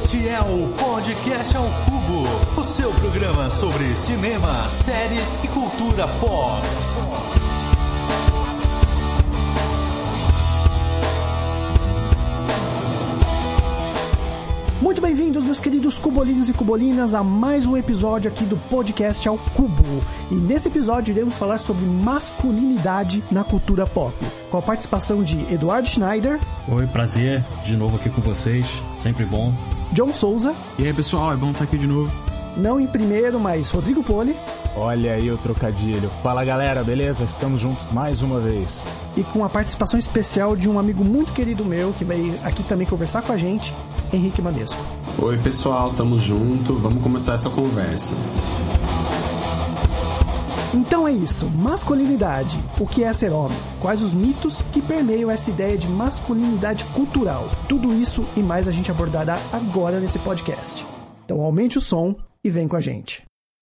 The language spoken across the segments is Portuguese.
Este é o Podcast ao Cubo, o seu programa sobre cinema, séries e cultura pop. Muito bem-vindos, meus queridos cubolinos e cubolinas, a mais um episódio aqui do Podcast ao Cubo. E nesse episódio iremos falar sobre masculinidade na cultura pop, com a participação de Eduardo Schneider. Oi, prazer, de novo aqui com vocês, sempre bom. John Souza. E aí, pessoal, é bom estar aqui de novo. Não em primeiro, mas Rodrigo Poli. Olha aí o trocadilho. Fala, galera, beleza? Estamos juntos mais uma vez. E com a participação especial de um amigo muito querido meu, que vai aqui também conversar com a gente, Henrique Manesco. Oi, pessoal, tamo junto, vamos começar essa conversa. Então é isso, masculinidade. O que é ser homem? Quais os mitos que permeiam essa ideia de masculinidade cultural? Tudo isso e mais a gente abordará agora nesse podcast. Então aumente o som e vem com a gente.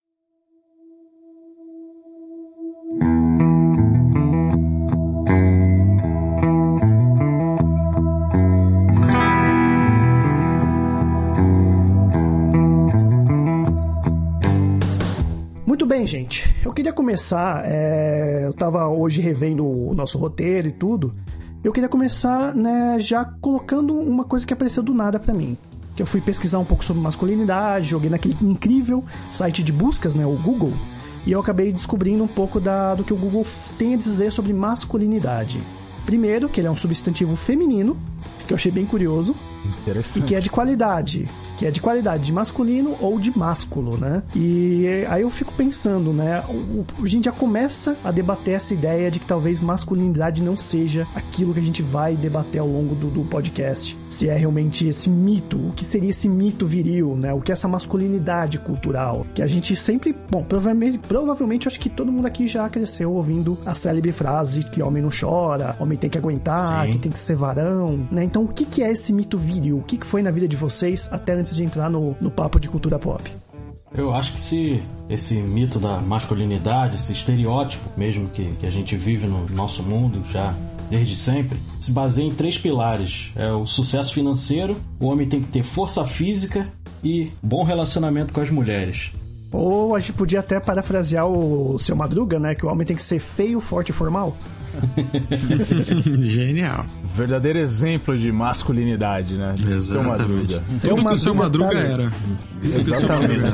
Muito bem, gente. Eu queria começar, eu tava hoje revendo o nosso roteiro e tudo. Eu queria começar, já colocando uma coisa que apareceu do nada pra mim. Que eu fui pesquisar um pouco sobre masculinidade, joguei naquele incrível site de buscas, o Google, e eu acabei descobrindo um pouco do que o Google tem a dizer sobre masculinidade. Primeiro, que ele é um substantivo feminino, que eu achei bem curioso, e que é de qualidade. De masculino ou de másculo, né? E aí eu fico pensando, a gente já começa a debater essa ideia de que talvez masculinidade não seja aquilo que a gente vai debater ao longo do podcast. Se é realmente esse mito, o que seria esse mito viril, O que é essa masculinidade cultural? Que a gente sempre, provavelmente eu acho que todo mundo aqui já cresceu ouvindo a célebre frase que homem não chora, homem tem que aguentar, Sim. Que tem que ser varão, Então o que é esse mito viril? O que foi na vida de vocês até antes de entrar no papo de cultura pop? Eu acho que se esse mito da masculinidade, esse estereótipo mesmo que a gente vive no nosso mundo já desde sempre, se baseia em 3 pilares. É o sucesso financeiro, o homem tem que ter força física e bom relacionamento com as mulheres. Ou a gente podia até parafrasear o Seu Madruga, que o homem tem que ser feio, forte e formal. Genial. Verdadeiro exemplo de masculinidade, Exatamente. Tudo que o Seu Madruga era. Exatamente.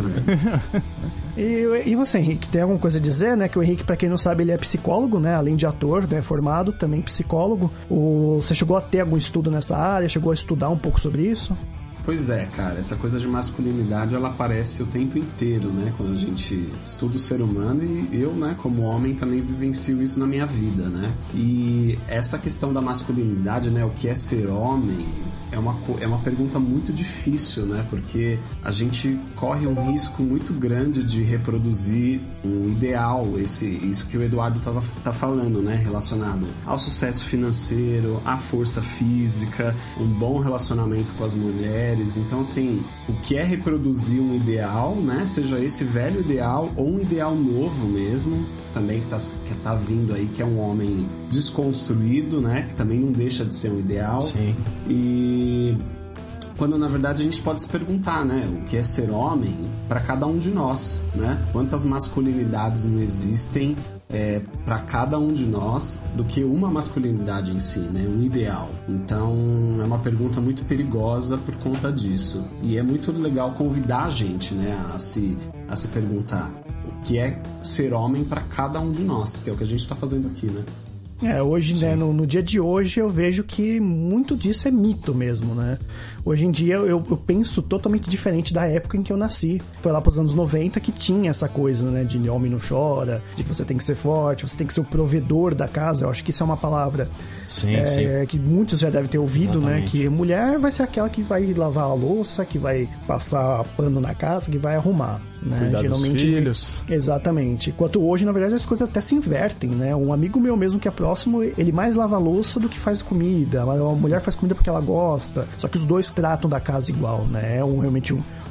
E você, Henrique, tem alguma coisa a dizer, Que o Henrique, pra quem não sabe, ele é psicólogo, Além de ator, formado, também psicólogo. Você chegou a ter algum estudo nessa área? Chegou a estudar um pouco sobre isso? Pois é, cara, essa coisa de masculinidade, ela aparece o tempo inteiro, Quando a gente estuda o ser humano, e eu, como homem, também vivencio isso na minha vida, E essa questão da masculinidade, o que é ser homem, é uma pergunta muito difícil, Porque a gente corre um risco muito grande de reproduzir um ideal, isso que o Eduardo tá falando, Relacionado ao sucesso financeiro, à força física, um bom relacionamento com as mulheres. Então, assim, o que é reproduzir um ideal, Seja esse velho ideal ou um ideal novo mesmo, também que tá vindo aí, que é um homem desconstruído, Que também não deixa de ser um ideal. Sim. E quando na verdade a gente pode se perguntar, o que é ser homem para cada um de nós, Quantas masculinidades não existem para cada um de nós do que uma masculinidade em si, um ideal. Então é uma pergunta muito perigosa por conta disso, e é muito legal convidar a gente, a se perguntar o que é ser homem para cada um de nós, que é o que a gente está fazendo aqui, Hoje, no dia de hoje, eu vejo que muito disso é mito mesmo, Hoje em dia, eu penso totalmente diferente da época em que eu nasci. Foi lá pros anos 90 que tinha essa coisa, de homem não chora, de que você tem que ser forte, você tem que ser o provedor da casa. Eu acho que isso é uma palavra sim. Que muitos já devem ter ouvido, Exatamente. Que mulher vai ser aquela que vai lavar a louça, que vai passar pano na casa, que vai arrumar. Cuidar Geralmente, dos filhos. Exatamente. Enquanto hoje, na verdade, as coisas até se invertem, Um amigo meu mesmo que é próximo, ele mais lava a louça do que faz comida. A mulher faz comida porque ela gosta. Só que os dois tratam da casa igual, É realmente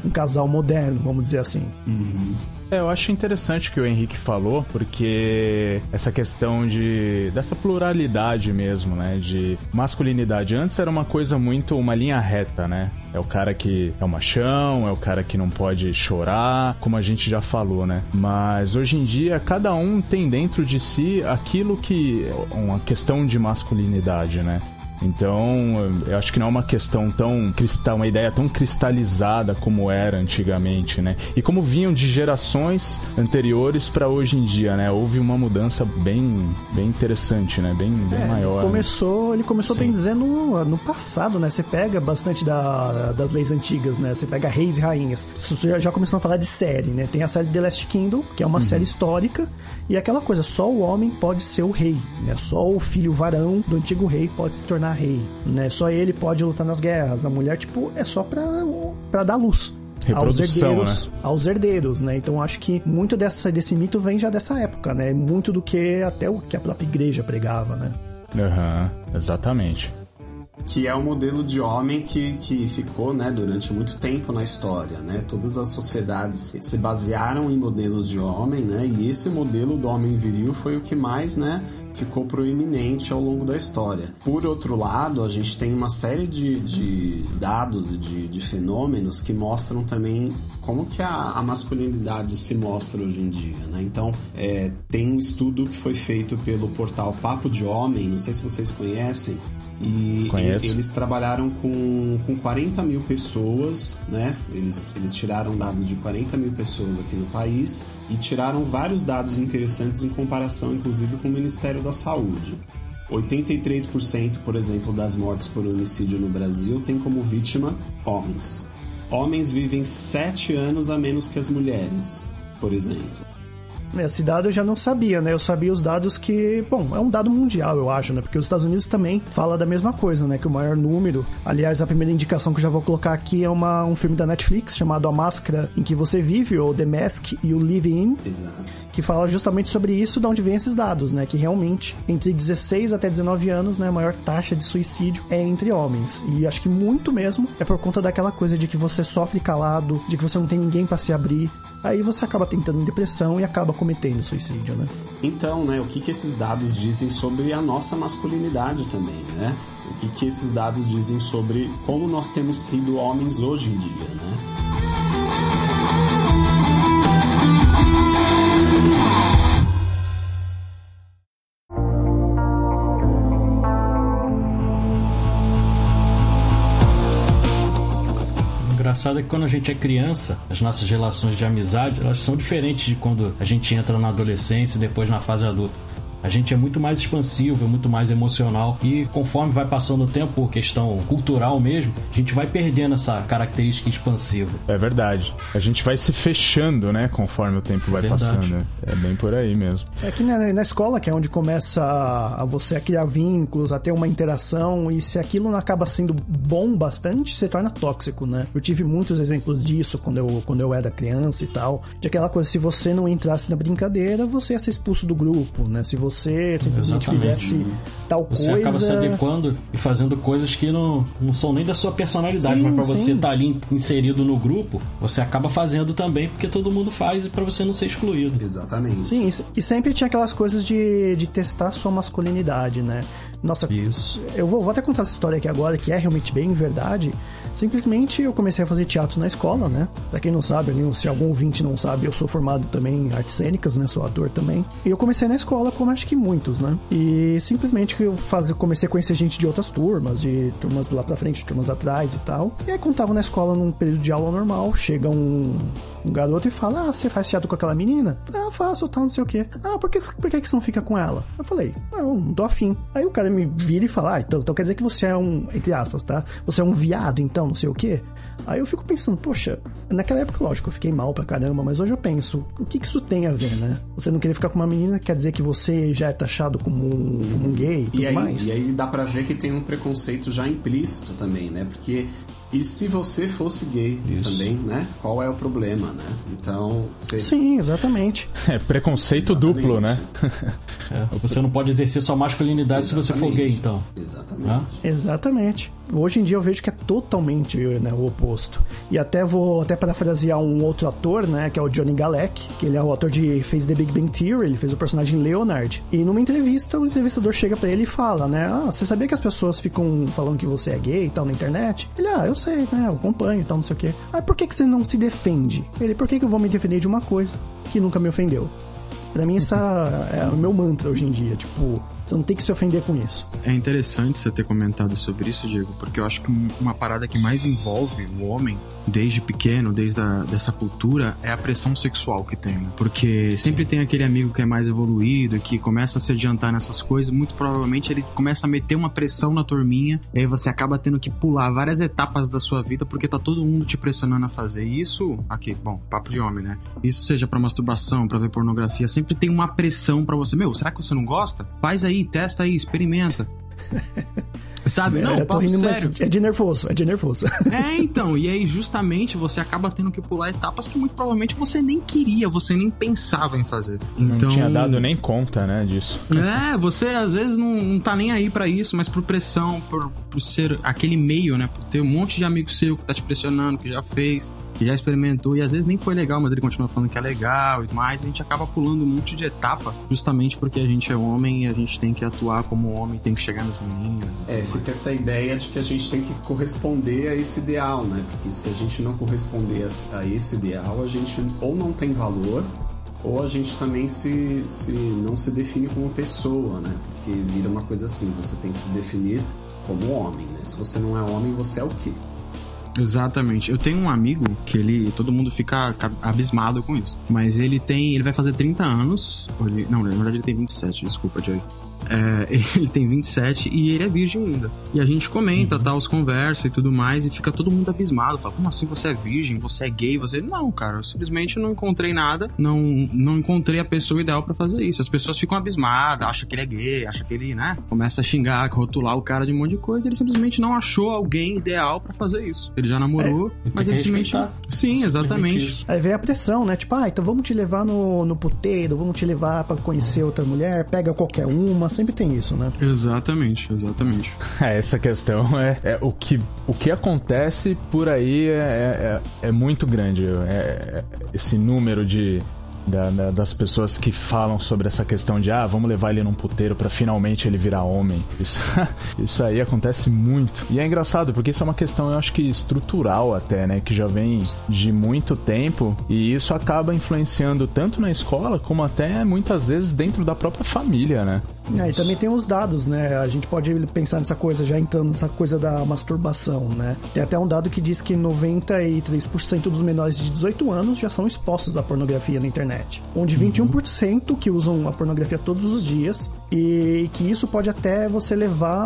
um casal moderno, vamos dizer assim. Eu acho interessante o que o Henrique falou, porque essa questão dessa pluralidade mesmo, né, de masculinidade. Antes era uma coisa muito, uma linha reta, né? É o cara que é o machão, é o cara que não pode chorar, como a gente já falou, né? Mas hoje em dia, cada um tem dentro de si aquilo que é uma questão de masculinidade, né? Então, eu acho que não é uma questão uma ideia tão cristalizada como era antigamente, né? E como vinham de gerações anteriores para hoje em dia, né? Houve uma mudança bem interessante, né? Bem maior. Ele começou bem dizendo no passado, né? Você pega bastante das leis antigas, né? Você pega reis e rainhas. Você já começou a falar de série, né? Tem a série The Last Kingdom, que é uma série histórica. E aquela coisa, só o homem pode ser o rei, né? Só o filho varão do antigo rei pode se tornar rei, né? Só ele pode lutar nas guerras. A mulher, é só pra dar luz aos herdeiros, né? Então acho que muito desse mito vem já dessa época, né? Muito do que até o que a própria igreja pregava, né? Exatamente. Que é o modelo de homem que ficou, né, durante muito tempo na história, né? Todas as sociedades se basearam em modelos de homem, né? E esse modelo do homem viril foi o que mais, né, ficou proeminente ao longo da história. Por outro lado, a gente tem uma série de dados e de fenômenos que mostram também como que a masculinidade se mostra hoje em dia, né? Então, tem um estudo que foi feito pelo portal Papo de Homem, não sei se vocês conhecem, e eles trabalharam com 40 mil pessoas, né? Eles tiraram dados de 40 mil pessoas aqui no país e tiraram vários dados interessantes em comparação, inclusive, com o Ministério da Saúde. 83%, por exemplo, das mortes por homicídio no Brasil tem como vítima homens. Homens vivem 7 anos a menos que as mulheres, por exemplo. Esse dado eu já não sabia, né? Eu sabia os dados que... Bom, é um dado mundial, eu acho, né? Porque os Estados Unidos também fala da mesma coisa, né? Que o maior número... Aliás, a primeira indicação que eu já vou colocar aqui é um filme da Netflix chamado A Máscara em que Você Vive, ou The Mask You Live In. Exato. Que fala justamente sobre isso, de onde vem esses dados, né? Que realmente, entre 16 até 19 anos, né? A maior taxa de suicídio é entre homens. E acho que muito mesmo é por conta daquela coisa de que você sofre calado, de que você não tem ninguém pra se abrir. Aí você acaba tentando depressão e acaba cometendo suicídio, né? Então, né, o que esses dados dizem sobre a nossa masculinidade também, né? O que esses dados dizem sobre como nós temos sido homens hoje em dia, né? Engraçado é que quando a gente é criança, as nossas relações de amizade, elas são diferentes de quando a gente entra na adolescência e depois na fase adulta. A gente é muito mais expansivo, é muito mais emocional e conforme vai passando o tempo, por questão cultural mesmo, a gente vai perdendo essa característica expansiva. É verdade. A gente vai se fechando, né, conforme o tempo vai passando. É bem por aí mesmo. É que na escola, que é onde começa a você a criar vínculos, a ter uma interação, e se aquilo não acaba sendo bom bastante, se torna tóxico, né? Eu tive muitos exemplos disso quando eu era criança e tal, de aquela coisa, se você não entrasse na brincadeira, você ia ser expulso do grupo, né? Se você simplesmente fizesse tal coisa... Você acaba se adequando e fazendo coisas que não são nem da sua personalidade, mas pra você estar ali inserido no grupo, você acaba fazendo também, porque todo mundo faz, e pra você não ser excluído. Exatamente. Sim, e sempre tinha aquelas coisas de testar sua masculinidade, né? Nossa, isso. Eu vou até contar essa história aqui agora, que é realmente bem verdade. Simplesmente eu comecei a fazer teatro na escola, né? Pra quem não sabe, se algum ouvinte não sabe, eu sou formado também em artes cênicas, né? Sou ator também. E eu comecei na escola, como acho que muitos, né? E simplesmente eu comecei a conhecer gente de outras turmas, de turmas lá pra frente, turmas atrás e tal. E aí quando tava na escola, num período de aula normal, chega um garoto e fala: ah, você faz teatro com aquela menina? Ah, faço, tal, não sei o quê. Ah, por que você não fica com ela? Eu falei: não tô afim. Aí o cara me vira e fala: então quer dizer que você é entre aspas, tá? Você é um viado, então, não sei o quê. Aí eu fico pensando, poxa, naquela época, lógico, eu fiquei mal pra caramba, mas hoje eu penso, o que isso tem a ver, né? Você não querer ficar com uma menina quer dizer que você já é taxado como um gay e tudo mais? E aí dá pra ver que tem um preconceito já implícito também, né? Porque E se você fosse gay também, né? Qual é o problema, né? Então... Sim, exatamente. É preconceito duplo, né? Você não pode exercer sua masculinidade se você for gay, então. Exatamente. Exatamente. Hoje em dia eu vejo que é totalmente, né, o oposto. E vou parafrasear um outro ator, né, que é o Johnny Galecki, que ele é o ator que fez The Big Bang Theory, ele fez o personagem Leonard. E numa entrevista, o entrevistador chega pra ele e fala, né, você sabia que as pessoas ficam falando que você é gay e tal na internet? Ele, eu sei, né, eu acompanho e tal, não sei o quê. Por que você não se defende? Ele, por que eu vou me defender de uma coisa que nunca me ofendeu? Pra mim, essa é o meu mantra hoje em dia. Tipo, você não tem que se ofender com isso. É interessante você ter comentado sobre isso, Diego, porque eu acho que uma parada que mais envolve o homem desde pequeno, dessa cultura, é a pressão sexual que tem, né? Porque sempre tem aquele amigo que é mais evoluído, que começa a se adiantar nessas coisas, muito provavelmente ele começa a meter uma pressão na turminha, e aí você acaba tendo que pular várias etapas da sua vida, porque tá todo mundo te pressionando a fazer isso. Aqui, bom, papo de homem, né? Isso seja pra masturbação, pra ver pornografia, sempre tem uma pressão pra você. Será que você não gosta? Faz aí, testa aí, experimenta. Sabe? Não, papo rindo, sério. É de nervoso. Então, e aí justamente você acaba tendo que pular etapas que muito provavelmente você nem queria, você nem pensava em fazer. Não tinha dado nem conta, né, disso. Você às vezes não tá nem aí pra isso, mas por pressão, por ser aquele meio, né, por ter um monte de amigo seu que tá te pressionando, que já fez, que já experimentou, e às vezes nem foi legal, mas ele continua falando que é legal e mais, a gente acaba pulando um monte de etapa, justamente porque a gente é homem e a gente tem que atuar como homem, tem que chegar nas meninas. Fica essa ideia de que a gente tem que corresponder a esse ideal, né? Porque se a gente não corresponder a esse ideal, a gente ou não tem valor, ou a gente também não se define como pessoa, né? Porque vira uma coisa assim, você tem que se definir como homem, né? Se você não é homem, você é o quê? Exatamente. Eu tenho um amigo que todo mundo fica abismado com isso, mas ele vai fazer 30 anos, na verdade ele tem 27, desculpa, Joey. Ele tem 27 e ele é virgem ainda. E a gente comenta, os conversa e tudo mais, e fica todo mundo abismado. Fala, como assim você é virgem? Você é gay? Não, cara, eu simplesmente não encontrei nada, não encontrei a pessoa ideal pra fazer isso. As pessoas ficam abismadas, acham que ele é gay, acham que ele, né, começa a xingar, rotular o cara de um monte de coisa. Ele simplesmente não achou alguém ideal pra fazer isso. Ele já namorou, mas ele simplesmente... Sim, exatamente. Aí vem a pressão, né, tipo, então vamos te levar no puteiro, vamos te levar pra conhecer outra mulher, pega qualquer uma, sempre tem isso, né? Exatamente. Essa questão o que acontece por aí é muito grande. Esse número das pessoas que falam sobre essa questão de vamos levar ele num puteiro pra finalmente ele virar homem. Isso aí acontece muito. E é engraçado, porque isso é uma questão, eu acho que estrutural até, né? Que já vem de muito tempo, e isso acaba influenciando tanto na escola, como até muitas vezes dentro da própria família, né? E também tem os dados, né? A gente pode pensar nessa coisa, já entrando nessa coisa da masturbação, né? Tem até um dado que diz que 93% dos menores de 18 anos já são expostos à pornografia na internet. Onde 21% que usam a pornografia todos os dias, e que isso pode até você levar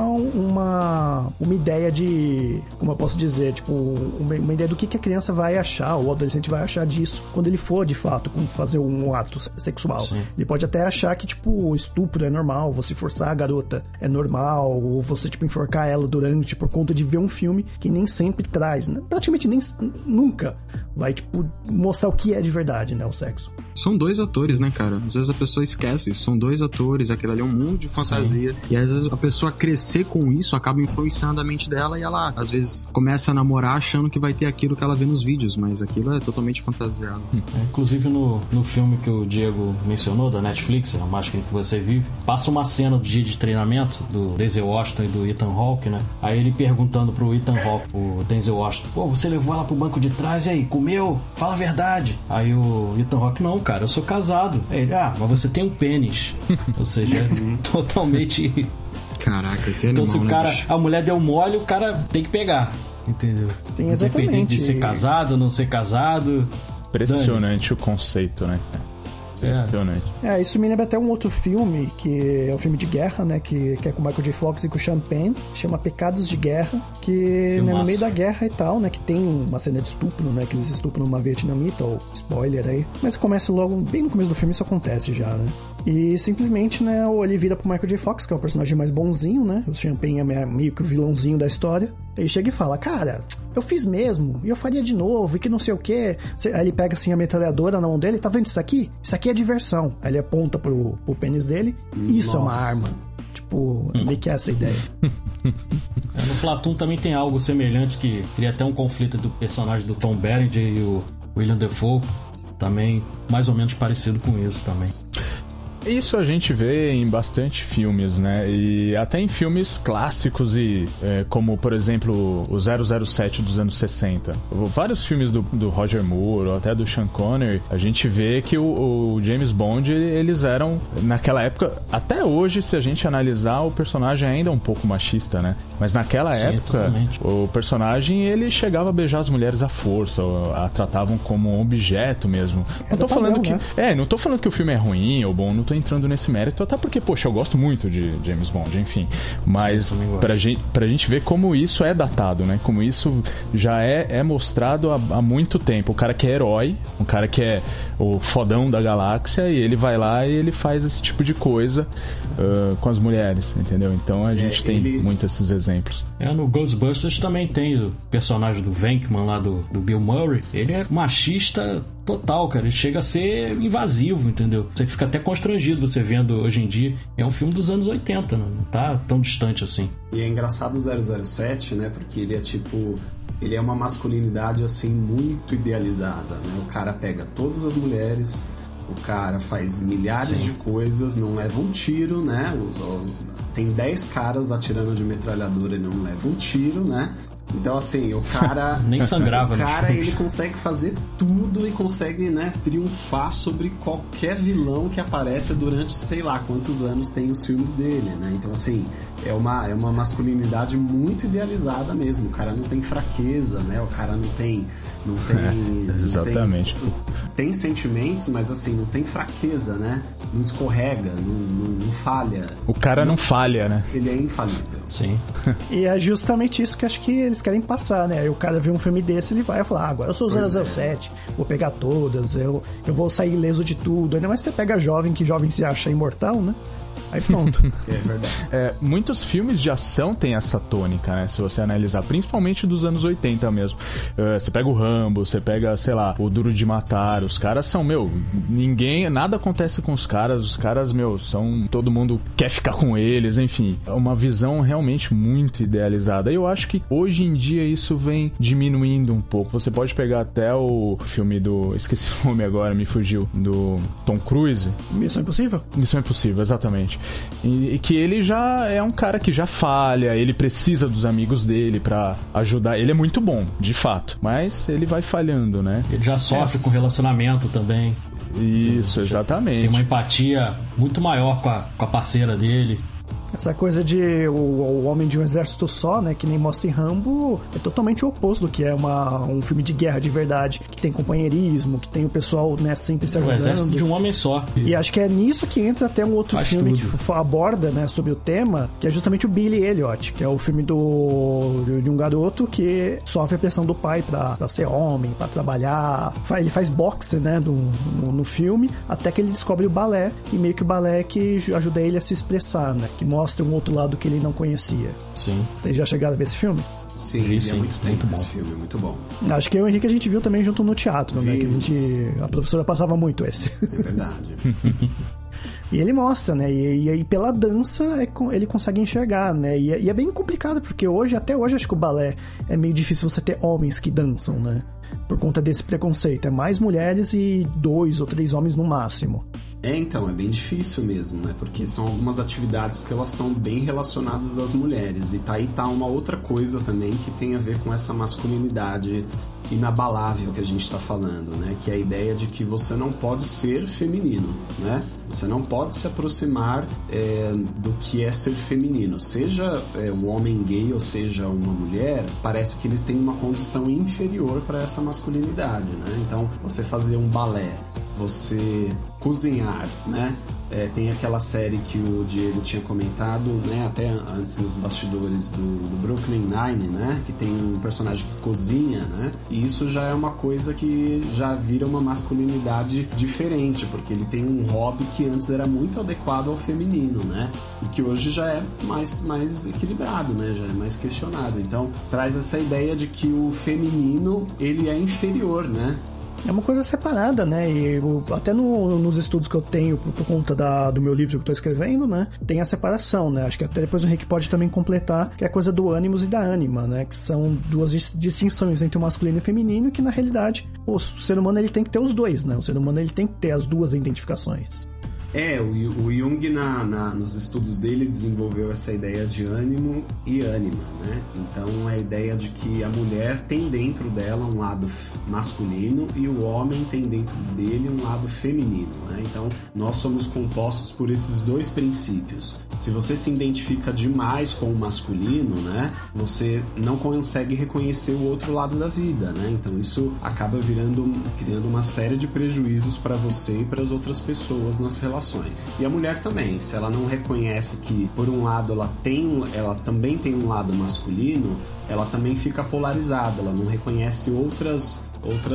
uma ideia de... Como eu posso dizer? Tipo, uma ideia do que a criança vai achar, ou o adolescente vai achar disso, quando ele for, de fato, fazer um ato sexual. Sim. Ele pode até achar que, tipo, estupro é normal, você forçar a garota é normal, ou você, tipo, enforcar ela durante, por conta de ver um filme que nem sempre traz, né? Praticamente nunca vai, tipo, mostrar o que é de verdade, né, o sexo. São dois atores, né, cara? Às vezes a pessoa esquece, são dois atores, aquilo ali é um mundo de fantasia. Sim. E às vezes a pessoa crescer com isso acaba influenciando a mente dela, e ela, às vezes, começa a namorar achando que vai ter aquilo que ela vê nos vídeos, mas aquilo é totalmente fantasiado. Inclusive no filme que o Diego mencionou, da Netflix, A Máscara que Você Vive, passa uma cena do dia de treinamento do Denzel Washington e do Ethan Hawke, né? Aí ele perguntando pro Ethan Hawke, o Denzel Washington, você levou ela pro banco de trás, e aí, comeu? Fala a verdade. Aí o Ethan Hawke, não, cara, eu sou casado. Aí ele, mas você tem um pênis. Ou seja, totalmente... Caraca, que animal, então se o cara, né, a mulher deu mole, o cara tem que pegar, entendeu? Sim, exatamente. Independente de ser casado ou não ser casado. Impressionante o conceito, né? Isso me lembra até um outro filme, que é um filme de guerra, né, que é com o Michael J. Fox e com o Sean Penn, chama Pecados de Guerra, que, né, no meio da guerra e tal, né, que tem uma cena de estupro, né, que eles estupram uma vietnamita, ou spoiler aí, mas começa logo, bem no começo do filme isso acontece já, né. E simplesmente, né, ele vira pro Michael J. Fox, que é o personagem mais bonzinho, né, o Sean Penn é meio que o vilãozinho da história, Ele chega e fala, cara, eu fiz mesmo, e eu faria de novo, e que não sei o quê. Aí ele pega assim a metralhadora na mão dele, tá vendo isso aqui? Isso aqui é diversão. Aí ele aponta pro pênis dele, isso é uma arma. Tipo, meio que essa ideia. No Platoon também tem algo semelhante, que cria até um conflito do personagem do Tom Berenger e o William Dafoe, também mais ou menos parecido com isso também. Isso a gente vê em bastante filmes, né? E até em filmes clássicos como, por exemplo, o 007 dos anos 60. Vários filmes do Roger Moore, ou até do Sean Connery, a gente vê que o James Bond, eles eram, naquela época, até hoje, se a gente analisar, o personagem ainda é um pouco machista, né? Mas naquela época, totalmente. O personagem, ele chegava a beijar as mulheres à força, a tratavam como um objeto mesmo. Não tô falando que... não tô falando que o filme é ruim ou bom, não tô entrando nesse mérito, até porque, poxa, eu gosto muito de James Bond, enfim. Mas pra gente ver como isso é datado, né? Como isso já é mostrado há muito tempo. O cara que é herói, o cara que é o fodão da galáxia, e ele vai lá e ele faz esse tipo de coisa com as mulheres, entendeu? Então a gente tem muitos esses exemplos. No Ghostbusters também tem o personagem do Venkman lá, do Bill Murray. Ele é machista total, cara. Ele chega a ser invasivo, entendeu? Você fica até constrangido você vendo hoje em dia. É um filme dos anos 80, não tá tão distante assim. E é engraçado o 007, né? Porque ele é tipo... Ele é uma masculinidade, assim, muito idealizada, né? O cara pega todas as mulheres, o cara faz milhares de coisas, não leva um tiro, né? Tem 10 caras atirando de metralhadora e não leva um tiro, né? Então, assim, o cara... Nem sangrava. O cara, ele consegue fazer tudo e consegue, né, triunfar sobre qualquer vilão que aparece durante, sei lá, quantos anos tem os filmes dele, né? Então, assim, é uma masculinidade muito idealizada mesmo. O cara não tem fraqueza, né? O cara não tem exatamente. Tem sentimentos, mas, assim, não tem fraqueza, né? Não escorrega, não falha. O cara não falha, né? Ele é infalível. Sim. E é justamente isso que acho que eles querem passar, né? Aí o cara vê um filme desse, ele vai falar, agora eu sou o 007, vou pegar todas, eu vou sair ileso de tudo. Ainda mais se você pega jovem, que jovem se acha imortal, né? Aí pronto. É verdade. Muitos filmes de ação têm essa tônica, né? Se você analisar, principalmente dos anos 80 mesmo. Você pega o Rambo, você pega, sei lá, o Duro de Matar. Os caras são, nada acontece com os caras, são... Todo mundo quer ficar com eles, enfim. É uma visão realmente muito idealizada. E eu acho que hoje em dia isso vem diminuindo um pouco. Você pode pegar até o filme esqueci o nome agora, me fugiu. Do Tom Cruise. Missão Impossível? Missão Impossível, exatamente. E que ele já é um cara que já falha, ele precisa dos amigos dele pra ajudar. Ele é muito bom, de fato, mas ele vai falhando, né? Ele já sofre com relacionamento também. Isso, exatamente. Tem uma empatia muito maior com a parceira dele. Essa coisa de o homem de um exército só, né, que nem mostra em Rambo, é totalmente o oposto do que é um filme de guerra de verdade, que tem companheirismo, que tem o pessoal, né, sempre se ajudando. O exército de um homem só. E acho que é nisso que entra até um outro filme que aborda, né, sobre o tema, que é justamente o Billy Elliot, que é o filme de um garoto que sofre a pressão do pai pra ser homem, pra trabalhar. Ele faz boxe, né, no filme, até que ele descobre o balé, e meio que o balé que ajuda ele a se expressar, né, que mostra um outro lado que ele não conhecia. Sim. Vocês já chegaram a ver esse filme? Sim, vi há muito tempo esse filme, muito bom. Acho que eu e o Henrique a gente viu também junto no teatro, né? Que a professora passava muito esse. É verdade. E ele mostra, né? E aí pela dança ele consegue enxergar, né? E é bem complicado, porque até hoje acho que o balé é meio difícil você ter homens que dançam, né? Por conta desse preconceito. É mais mulheres e 2 ou 3 homens no máximo. Então, é bem difícil mesmo, né? Porque são algumas atividades que elas são bem relacionadas às mulheres. E aí tá uma outra coisa também que tem a ver com essa masculinidade inabalável que a gente tá falando, né? Que é a ideia de que você não pode ser feminino, né? Você não pode se aproximar do que é ser feminino. Seja um homem gay ou seja uma mulher, parece que eles têm uma condição inferior para essa masculinidade, né? Então, você fazer um balé você cozinhar, né? Tem aquela série que o Diego tinha comentado, né? Até antes nos bastidores do Brooklyn Nine, né? Que tem um personagem que cozinha, né? E isso já é uma coisa que já vira uma masculinidade diferente, porque ele tem um hobby que antes era muito adequado ao feminino, né? E que hoje já é mais equilibrado, né? Já é mais questionado. Então, traz essa ideia de que o feminino, ele é inferior, né? É uma coisa separada, né? E até nos estudos que eu tenho por conta do meu livro que eu tô escrevendo, né? Tem a separação, né? Acho que até depois o Henrique pode também completar, que é a coisa do ânimos e da ânima, né? Que são duas distinções entre o masculino e o feminino, que na realidade o ser humano ele tem que ter os dois, né? O ser humano ele tem que ter as duas identificações. O Jung, nos estudos dele, desenvolveu essa ideia de ânimo e ânima, né? Então, a ideia de que a mulher tem dentro dela um lado masculino e o homem tem dentro dele um lado feminino, né? Então, nós somos compostos por esses dois princípios. Se você se identifica demais com o masculino, né? Você não consegue reconhecer o outro lado da vida, né? Então, isso acaba criando uma série de prejuízos para você e para as outras pessoas nas relações. E a mulher também, se ela não reconhece que, por um lado, ela também tem um lado masculino, ela também fica polarizada, ela não reconhece outras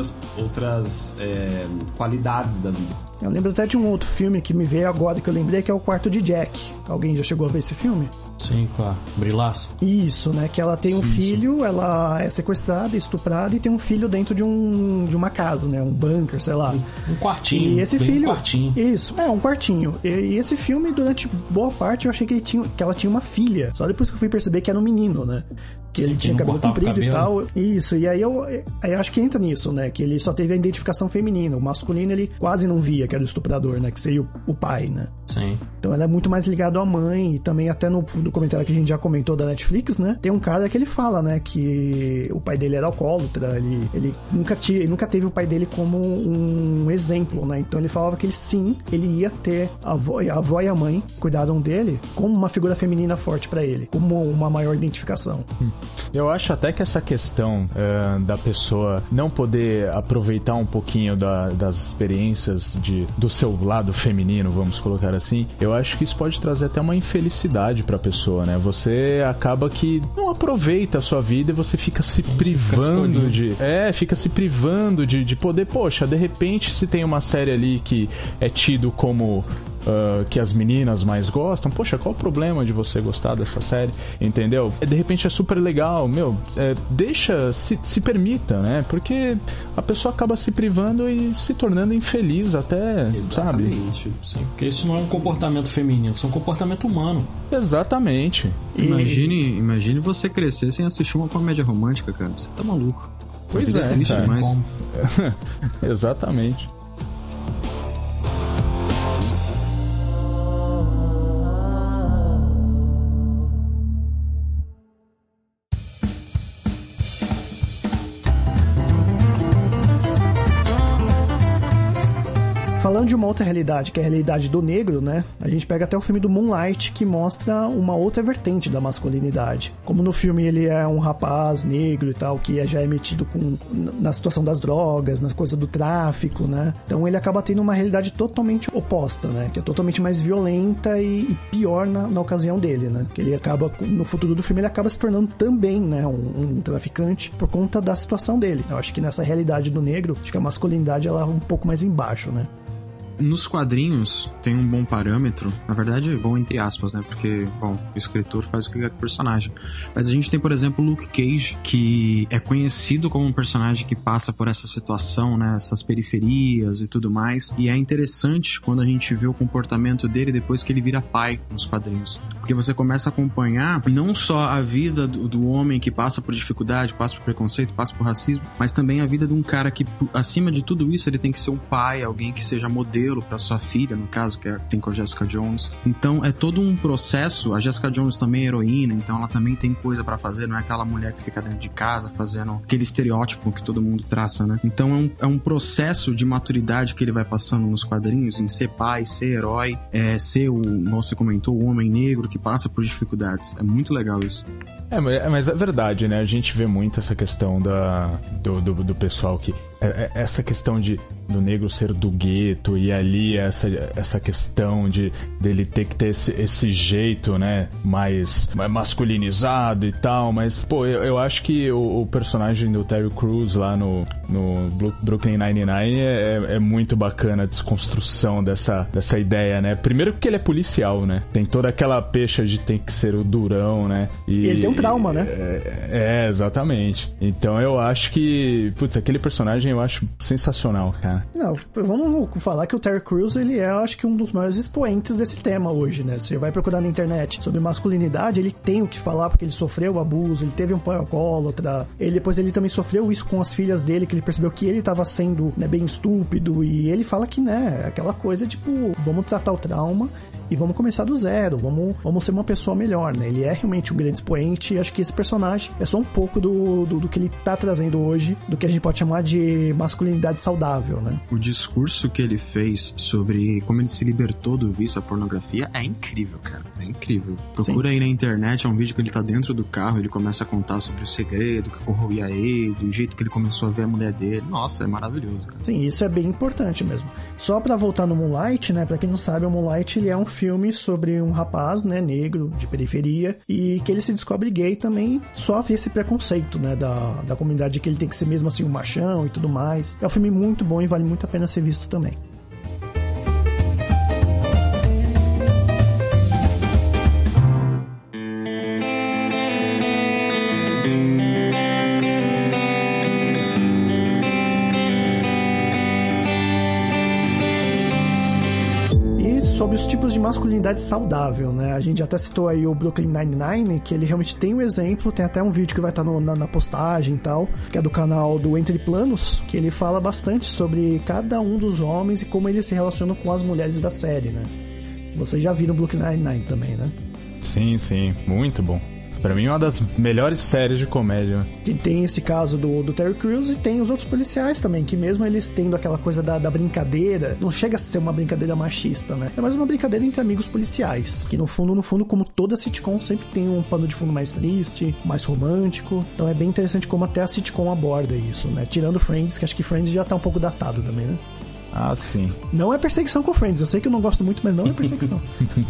qualidades da vida. Eu lembro até de um outro filme que me veio agora, que eu lembrei, que é O Quarto de Jack. Alguém já chegou a ver esse filme? Sim, claro. Brilhaço. Isso, né? Que ela tem um filho, ela é sequestrada, estuprada e tem um filho dentro de uma casa, né? Um bunker, sei lá. Um quartinho. E esse filho... Um quartinho. Isso, um quartinho. E esse filme, durante boa parte, eu achei que ela tinha uma filha. Só depois que eu fui perceber que era um menino, né? Que ele tinha cabelo comprido e tal. Isso, e aí eu acho que entra nisso, né? Que ele só teve a identificação feminina. O masculino ele quase não via, que era o estuprador, né? Que seria o pai, né? Sim. Então ela é muito mais ligado à mãe. E também até no comentário que a gente já comentou da Netflix, né? Tem um cara que ele fala, né? Que o pai dele era alcoólatra. Ele nunca teve o pai dele como um exemplo, né? Então ele falava que ele ia ter a avó e a mãe cuidaram dele como uma figura feminina forte pra ele. Como uma maior identificação. Eu acho até que essa questão da pessoa não poder aproveitar um pouquinho das experiências do seu lado feminino, vamos colocar assim, eu acho que isso pode trazer até uma infelicidade pra pessoa, né? Você acaba que não aproveita a sua vida e você fica se privando fica se privando de poder, poxa, de repente se tem uma série ali que é tido como que as meninas mais gostam, poxa, qual o problema de você gostar dessa série, entendeu? De repente é super legal, deixa, se permita, né? Porque a pessoa acaba se privando e se tornando infeliz até, Exatamente. sabe? Sim, porque isso não é um comportamento feminino, isso é um comportamento humano. Exatamente. Imagine você crescer sem assistir uma comédia romântica, cara. Você tá maluco. Pois é, triste demais. Exatamente. Falando de uma outra realidade, que é a realidade do negro, né? A gente pega até o filme do Moonlight, que mostra uma outra vertente da masculinidade. Como no filme ele é um rapaz negro e tal, que já é metido na situação das drogas, nas coisas do tráfico, né? Então ele acaba tendo uma realidade totalmente oposta, né? Que é totalmente mais violenta e pior na ocasião dele, né? Que ele acaba, no futuro do filme, ele acaba se tornando também, né? Um traficante por conta da situação dele. Eu acho que nessa realidade do negro, acho que a masculinidade ela é um pouco mais embaixo, né? Nos quadrinhos tem um bom parâmetro, na verdade bom entre aspas, né, porque, bom, o escritor faz o que quer com o personagem, mas a gente tem, por exemplo, o Luke Cage, que é conhecido como um personagem que passa por essa situação, né, essas periferias e tudo mais, e é interessante quando a gente vê o comportamento dele depois que ele vira pai nos quadrinhos, porque você começa a acompanhar não só a vida do homem que passa por dificuldade, passa por preconceito, passa por racismo, mas também a vida de um cara que, acima de tudo isso, ele tem que ser um pai, alguém que seja modelo para sua filha, no caso, que tem com a Jessica Jones. Então é todo um processo. A Jessica Jones também é heroína, então ela também tem coisa para fazer, não é aquela mulher que fica dentro de casa fazendo aquele estereótipo que todo mundo traça, né? Então é um processo de maturidade que ele vai passando nos quadrinhos, em ser pai, ser herói, ser como você comentou, o homem negro que passa por dificuldades. É muito legal isso. Mas é verdade, né? A gente vê muito essa questão do pessoal que essa questão do negro ser do gueto e ali essa questão dele ter que ter esse jeito, né, mais masculinizado e tal, mas, pô, eu acho que o personagem do Terry Crews lá no Brooklyn Nine-Nine é muito bacana a desconstrução dessa ideia, né? Primeiro porque ele é policial, né? Tem toda aquela pecha de ter que ser o durão, né? E ele tem um trauma, né? Exatamente. Então eu acho que, putz, aquele personagem eu acho sensacional, cara. Não, vamos falar que o Terry Crews, ele é, acho que um dos maiores expoentes desse tema hoje, né? Você vai procurar na internet sobre masculinidade, ele tem o que falar porque ele sofreu abuso, ele teve um pai alcoólatra, depois ele também sofreu isso com as filhas dele, que ele percebeu que ele tava sendo, né, bem estúpido, e ele fala que, né, aquela coisa, tipo, vamos tratar o trauma e vamos começar do zero, vamos ser uma pessoa melhor, né? Ele é realmente um grande expoente, e acho que esse personagem é só um pouco do que ele tá trazendo hoje, do que a gente pode chamar de masculinidade saudável, né? O discurso que ele fez sobre como ele se libertou do vício à pornografia é incrível, cara. É incrível. Procura aí na internet, é um vídeo que ele tá dentro do carro, ele começa a contar sobre o segredo que corroía ele, do jeito que ele começou a ver a mulher dele. Nossa, é maravilhoso, cara. Sim, isso é bem importante mesmo. Só pra voltar no Moonlight, né? Pra quem não sabe, o Moonlight, ele é um filme sobre um rapaz, né, negro, de periferia, e que ele se descobre gay também, sofre esse preconceito, né, da comunidade, de que ele tem que ser mesmo assim um machão e tudo mais. É um filme muito bom e vale muito a pena ser visto também. Sobre os tipos de masculinidade saudável, né? A gente até citou aí o Brooklyn Nine-Nine, que ele realmente tem um exemplo, tem até um vídeo que vai estar na postagem e tal, que é do canal do Entre Planos, que ele fala bastante sobre cada um dos homens e como eles se relacionam com as mulheres da série, né? Vocês já viram Brooklyn Nine-Nine também, né? Sim, muito bom. Pra mim é uma das melhores séries de comédia. E tem esse caso do Terry Crews e tem os outros policiais também, que mesmo eles tendo aquela coisa da brincadeira, não chega a ser uma brincadeira machista, né? É mais uma brincadeira entre amigos policiais, que no fundo, como toda sitcom, sempre tem um pano de fundo mais triste, mais romântico. Então é bem interessante como até a sitcom aborda isso, né? Tirando Friends, que acho que Friends já tá um pouco datado também, né? Ah, sim. Não é perseguição com Friends, eu sei que eu não gosto muito, mas não é perseguição.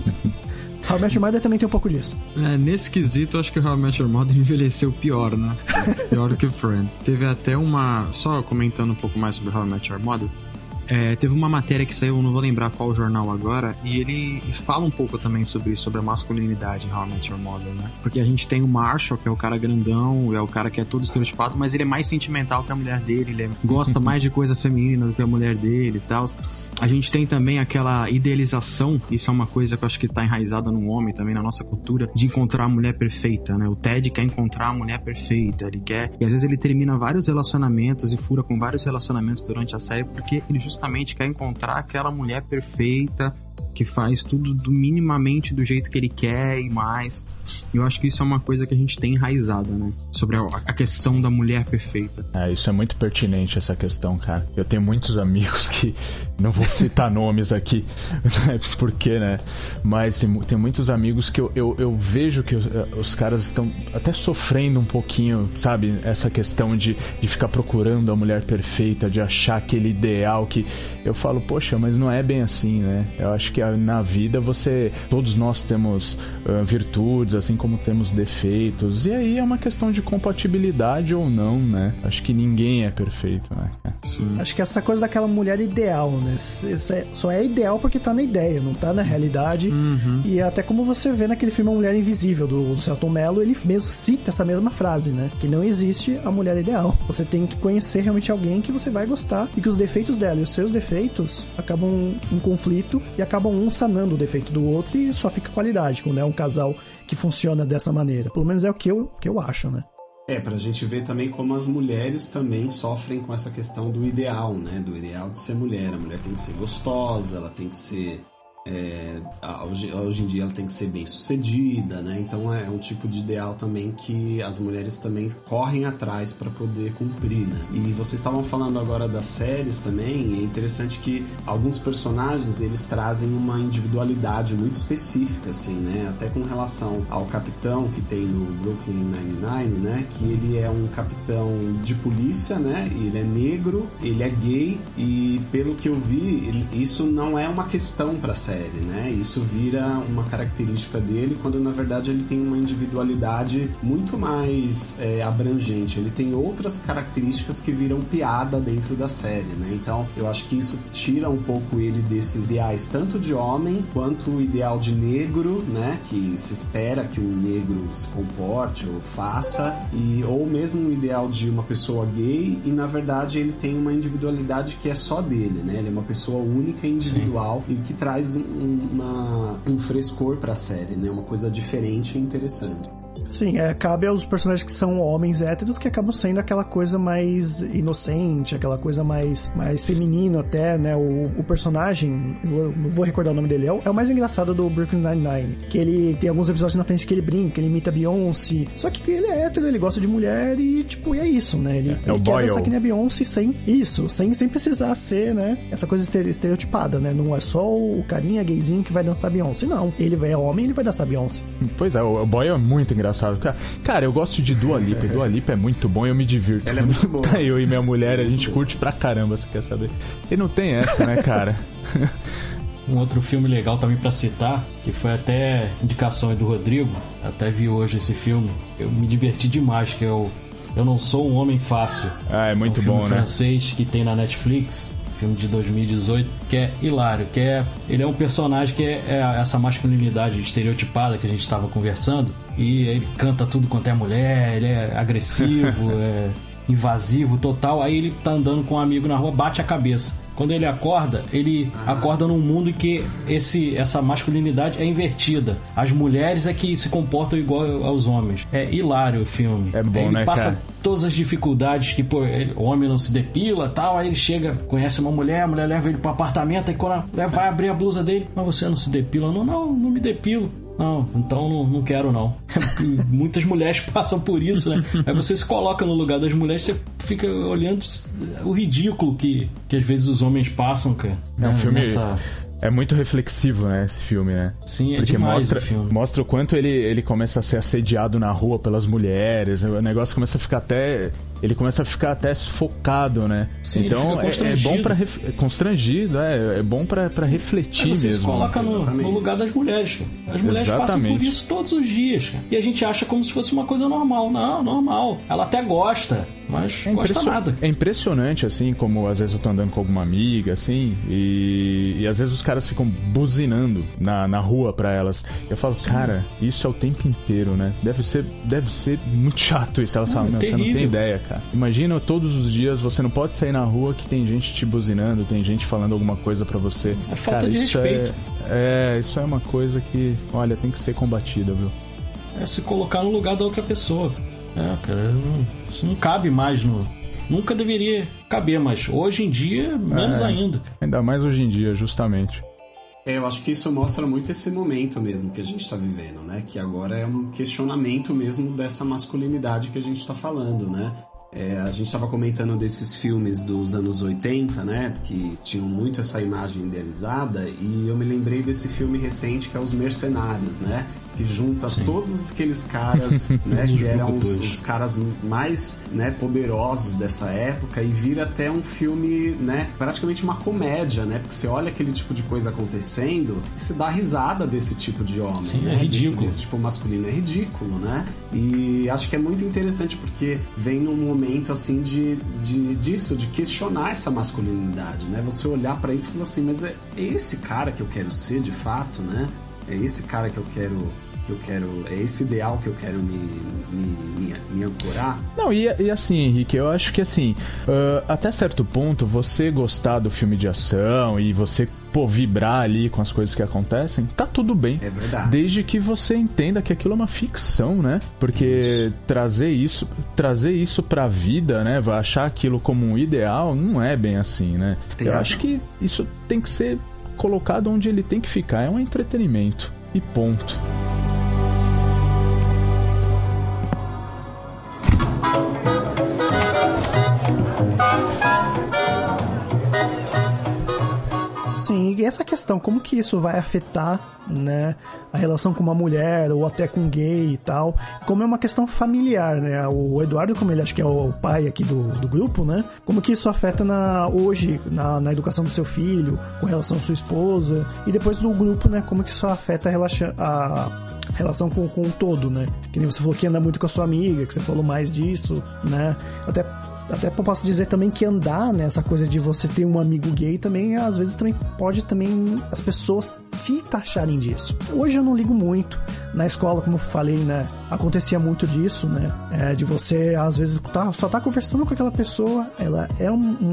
How I Met Your Mother também tem um pouco disso. Nesse quesito, eu acho que How I Met Your Mother envelheceu pior, né? Pior do que Friends. Teve até só comentando um pouco mais sobre How I Met Your Mother, teve uma matéria que saiu, não vou lembrar qual jornal agora, e ele fala um pouco também sobre a masculinidade em How I Met Your Mother, né? Porque a gente tem o Marshall, que é o cara grandão, é o cara que é todo estereotipado, mas ele é mais sentimental que a mulher dele, ele gosta mais de coisa feminina do que a mulher dele e tal. A gente tem também aquela idealização, isso é uma coisa que eu acho que tá enraizada no homem também, na nossa cultura, de encontrar a mulher perfeita, né? O Ted quer encontrar a mulher perfeita, ele quer... E às vezes ele termina vários relacionamentos e fura com vários relacionamentos durante a série, porque ele justamente quer encontrar aquela mulher perfeita, que faz tudo minimamente do jeito que ele quer e mais. Eu acho que isso é uma coisa que a gente tem enraizada, né? Sobre a questão da mulher perfeita. Isso é muito pertinente, essa questão, cara. Eu tenho muitos amigos que... Não vou citar nomes aqui, porque, né? Mas tem muitos amigos que eu vejo que os caras estão até sofrendo um pouquinho, sabe? Essa questão de ficar procurando a mulher perfeita, de achar aquele ideal que... Eu falo, poxa, mas não é bem assim, né? Eu acho que na vida todos nós temos virtudes, assim como temos defeitos, e aí é uma questão de compatibilidade ou não, né? Acho que ninguém é perfeito, né? Sim. Acho que essa coisa daquela mulher ideal, né? Só é ideal porque tá na ideia, não tá na realidade. Uhum. E até como você vê naquele filme A Mulher Invisível do Selton Mello, ele mesmo cita essa mesma frase, né? Que não existe a mulher ideal. Você tem que conhecer realmente alguém que você vai gostar e que os defeitos dela e os seus defeitos acabam em conflito e acabam um sanando o defeito do outro e só fica qualidade quando é um casal que funciona dessa maneira. Pelo menos é o que eu acho, né? Pra gente ver também como as mulheres também sofrem com essa questão do ideal, né? Do ideal de ser mulher. A mulher tem que ser gostosa, ela tem que ser Hoje em dia ela tem que ser bem sucedida, né? Então é um tipo de ideal também que as mulheres também correm atrás para poder cumprir, né? E vocês estavam falando agora das séries também, e é interessante que alguns personagens eles trazem uma individualidade muito específica, assim, né? Até com relação ao capitão que tem no Brooklyn Nine-Nine, né? Que ele é um capitão de polícia, né? Ele é negro, ele é gay e pelo que eu vi, isso não é uma questão para série, né? Isso vira uma característica dele, quando na verdade ele tem uma individualidade muito mais abrangente. Ele tem outras características que viram piada dentro da série, né? Então, eu acho que isso tira um pouco ele desses ideais, tanto de homem, quanto o ideal de negro, né? Que se espera que um negro se comporte ou faça, ou mesmo o ideal de uma pessoa gay, e na verdade ele tem uma individualidade que é só dele, né? Ele é uma pessoa única e individual. Sim. E que traz um frescor pra série, né? Uma coisa diferente e interessante. Sim, cabe aos personagens que são homens héteros que acabam sendo aquela coisa mais inocente, aquela coisa mais feminino até, né? O personagem, eu não vou recordar o nome dele, é o mais engraçado do Brooklyn Nine-Nine, que ele tem alguns episódios na frente que ele brinca, ele imita a Beyoncé, só que ele é hétero, ele gosta de mulher e, tipo, é isso, né? Ele quer dançar que nem a Beyoncé sem precisar ser, né? Essa coisa estereotipada, né? Não é só o carinha gayzinho que vai dançar Beyoncé, não. Ele é homem, ele vai dançar Beyoncé. Pois é, o boy é muito engraçado. Cara, eu gosto de Dua Lipa. Dua Lipa é muito bom e eu me divirto. Ela é muito boa. Tá eu e minha mulher, a gente curte pra caramba, você quer saber? E não tem essa, né, cara? Um outro filme legal também pra citar, que foi até indicação aí do Rodrigo, até vi hoje esse filme, eu me diverti demais, que é o Eu Não Sou um Homem Fácil. É muito bom, né? Um filme francês que tem na Netflix, filme de 2018, que é hilário, ele é um personagem que é essa masculinidade estereotipada que a gente estava conversando, e ele canta tudo quanto é mulher, ele é agressivo, é invasivo total, aí ele tá andando com um amigo na rua, bate a cabeça. Quando ele acorda num mundo em que essa masculinidade é invertida. As mulheres é que se comportam igual aos homens. É hilário o filme. É bom, ele né, passa cara? Todas as dificuldades que, o homem não se depila e tal, aí ele chega, conhece uma mulher, a mulher leva ele pro apartamento, aí quando a mulher vai abrir a blusa dele, mas você não se depila? Não me depilo. Não, então não quero não. Muitas mulheres passam por isso, né? Aí você se coloca no lugar das mulheres, você fica olhando o ridículo que às vezes os homens passam, cara. É um filme... É muito reflexivo, né, esse filme, né? Sim, porque mostra o quanto ele começa a ser assediado na rua pelas mulheres, o negócio começa a ficar até... Ele começa a ficar até sufocado, né? Sim, então é bom pra... Constrangido, é bom pra refletir mesmo. Você se coloca no lugar das mulheres, cara. As mulheres passam por isso todos os dias, cara. E a gente acha como se fosse uma coisa normal. Não, normal. Ela até gosta, mas gosta nada. É impressionante, assim, como às vezes eu tô andando com alguma amiga, assim, e às vezes os caras ficam buzinando na rua pra elas. Eu falo, sim, cara, isso é o tempo inteiro, né? Deve ser muito chato isso. Elas falam, você não tem ideia, cara. Imagina todos os dias, você não pode sair na rua que tem gente te buzinando, tem gente falando alguma coisa pra você. É falta de respeito. Isso é uma coisa que, olha, tem que ser combatida, viu? É se colocar no lugar da outra pessoa. Cara, isso não cabe mais nunca deveria caber, mas hoje em dia, menos ainda. Cara. Ainda mais hoje em dia, justamente. Eu acho que isso mostra muito esse momento mesmo que a gente está vivendo, né? Que agora é um questionamento mesmo dessa masculinidade que a gente está falando, né? A gente estava comentando desses filmes dos anos 80, né? Que tinham muito essa imagem idealizada, e eu me lembrei desse filme recente que é Os Mercenários, né? Que junta todos aqueles caras, né? Que eram os caras mais, né, poderosos dessa época, e vira até um filme, né? Praticamente uma comédia, né? Porque você olha aquele tipo de coisa acontecendo e você dá risada desse tipo de homem. Sim, né? É ridículo. Desse tipo masculino. É ridículo, né? E acho que é muito interessante porque vem num momento, assim, disso, de questionar essa masculinidade, né? Você olhar pra isso e falar assim, mas é esse cara que eu quero ser, de fato, né? É esse cara que eu quero, é esse ideal que eu quero me ancorar. Não, e assim, Henrique, eu acho que assim, até certo ponto, você gostar do filme de ação e você, vibrar ali com as coisas que acontecem, tá tudo bem. É verdade. Desde que você entenda que aquilo é uma ficção, né? Porque trazer isso pra vida, né? Achar aquilo como um ideal, não é bem assim, né? Eu acho que isso tem que ser colocado onde ele tem que ficar. É um entretenimento. E ponto. Sim, e essa questão, como que isso vai afetar, né, a relação com uma mulher ou até com gay e tal, como é uma questão familiar, né? O Eduardo, como ele acha que é o pai aqui do grupo, né? Como que isso afeta hoje na educação do seu filho, com relação à sua esposa, e depois do grupo, né? Como que isso afeta a relação com o todo, né? Que nem você falou que anda muito com a sua amiga, que você falou mais disso, né? Até posso dizer também que andar, né, essa coisa de você ter um amigo gay também, às vezes também pode as pessoas te taxarem disso. Hoje eu não ligo muito. Na escola, como eu falei, né, acontecia muito disso, né, de você, às vezes, só tá conversando com aquela pessoa, ela é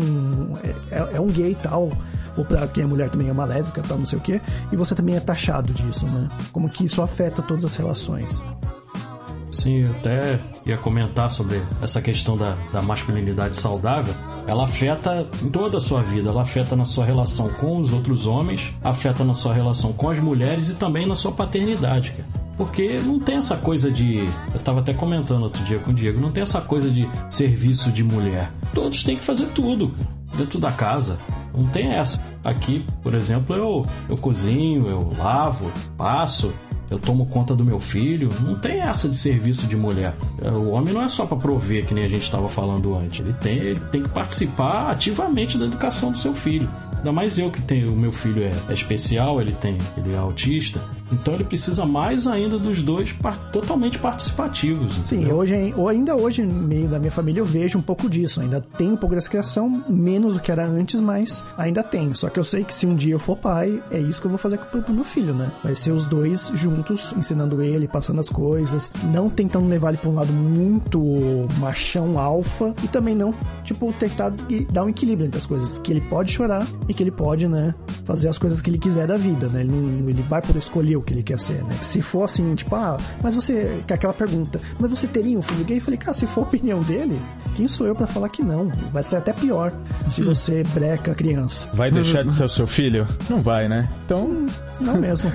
um gay e tal, ou pra quem é mulher também é uma lésbica, tal, não sei o quê, e você também é taxado disso, né? Como que isso afeta todas as relações. Sim, eu até ia comentar sobre essa questão da masculinidade saudável. Ela afeta em toda a sua vida, ela afeta na sua relação com os outros homens, afeta na sua relação com as mulheres e também na sua paternidade, cara. Porque não tem essa coisa de... Eu tava até comentando outro dia com o Diego, não tem essa coisa de serviço de mulher. Todos têm que fazer tudo, cara, dentro da casa. Não tem essa. Aqui, por exemplo, eu cozinho, eu lavo, passo, eu tomo conta do meu filho. Não tem essa de serviço de mulher. O homem não é só para prover, que nem a gente estava falando antes. Ele tem que participar ativamente da educação do seu filho. Ainda mais eu que tenho, o meu filho é especial, ele é autista, então ele precisa mais ainda dos dois totalmente participativos. Sim, ainda hoje, no meio da minha família, eu vejo um pouco disso. Ainda tem um pouco dessa criação, menos do que era antes, mas ainda tem. Só que eu sei que se um dia eu for pai, é isso que eu vou fazer pro meu filho, né? Vai ser os dois juntos, ensinando ele, passando as coisas, não tentando levar ele pra um lado muito machão, alfa, e também não, tentar dar um equilíbrio entre as coisas, que ele pode chorar e que ele pode, né, fazer as coisas que ele quiser da vida, né? Ele vai poder escolher o que ele quer ser, né? Se for assim, mas você... Aquela pergunta, mas você teria um filho gay? Eu falei, cara, se for a opinião dele, quem sou eu pra falar que não? Vai ser até pior se você breca a criança. Vai deixar de ser o seu filho? Não vai, né? Então... Não mesmo.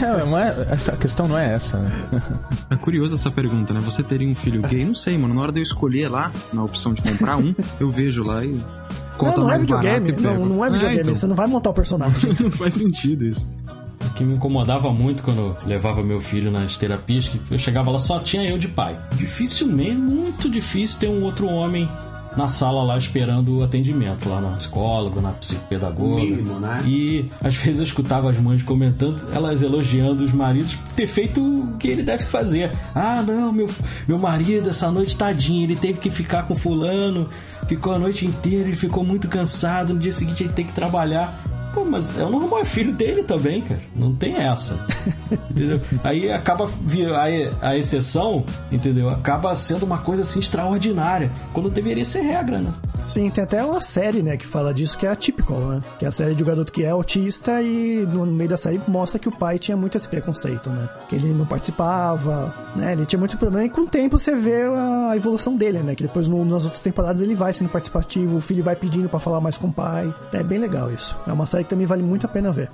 A questão não é essa, né? É curioso essa pergunta, né? Você teria um filho gay? Não sei, mano. Na hora de eu escolher lá, na opção de comprar eu vejo lá e... Não é videogame, não é videogame, então. Você não vai montar o personagem. Não faz sentido isso. O que me incomodava muito quando eu levava meu filho nas terapias, que eu chegava lá, só tinha eu de pai. Dificilmente, muito difícil ter um outro homem na sala lá esperando o atendimento, lá na psicóloga, na psicopedagoga. Mínimo, né? E às vezes eu escutava as mães comentando, elas elogiando os maridos por ter feito o que ele deve fazer. Ah, não, meu marido essa noite, tadinho, ele teve que ficar com fulano, ficou a noite inteira, ele ficou muito cansado, no dia seguinte ele tem que trabalhar. Pô, mas é o normal, é filho dele também, cara. Não tem essa. Entendeu? Aí acaba a exceção, entendeu? Acaba sendo uma coisa assim extraordinária, quando deveria ser regra, né? Sim, tem até uma série, né, que fala disso, que é a Typical, né? Que é a série de um garoto que é autista e no meio da série mostra que o pai tinha muito esse preconceito, né? Que ele não participava, né? Ele tinha muito problema e com o tempo você vê a evolução dele, né? Que depois nas outras temporadas ele vai sendo participativo, o filho vai pedindo pra falar mais com o pai. É bem legal isso. É uma série que também vale muito a pena ver.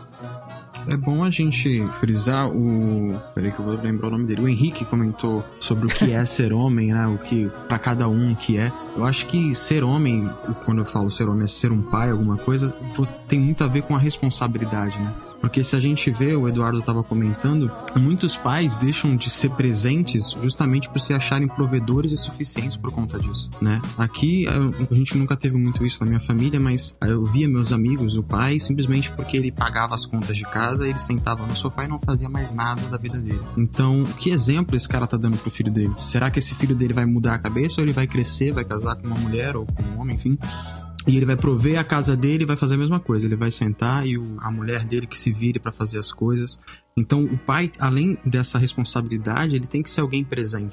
É bom a gente frisar Peraí que eu vou lembrar o nome dele. O Henrique comentou sobre o que é ser homem, né? O que pra cada um que é. Eu acho que ser homem, quando eu falo ser homem, é ser um pai, alguma coisa, tem muito a ver com a responsabilidade, né? Porque se a gente vê, o Eduardo estava comentando, muitos pais deixam de ser presentes justamente por se acharem provedores e suficientes por conta disso, né? Aqui, a gente nunca teve muito isso na minha família, mas eu via meus amigos, o pai, simplesmente porque ele pagava as contas de casa, ele sentava no sofá e não fazia mais nada da vida dele. Então, que exemplo esse cara tá dando pro filho dele? Será que esse filho dele vai mudar a cabeça ou ele vai crescer, vai casar com uma mulher ou com um homem, enfim... E ele vai prover a casa dele e vai fazer a mesma coisa. Ele vai sentar e a mulher dele que se vire para fazer as coisas. Então, o pai, além dessa responsabilidade, ele tem que ser alguém presente.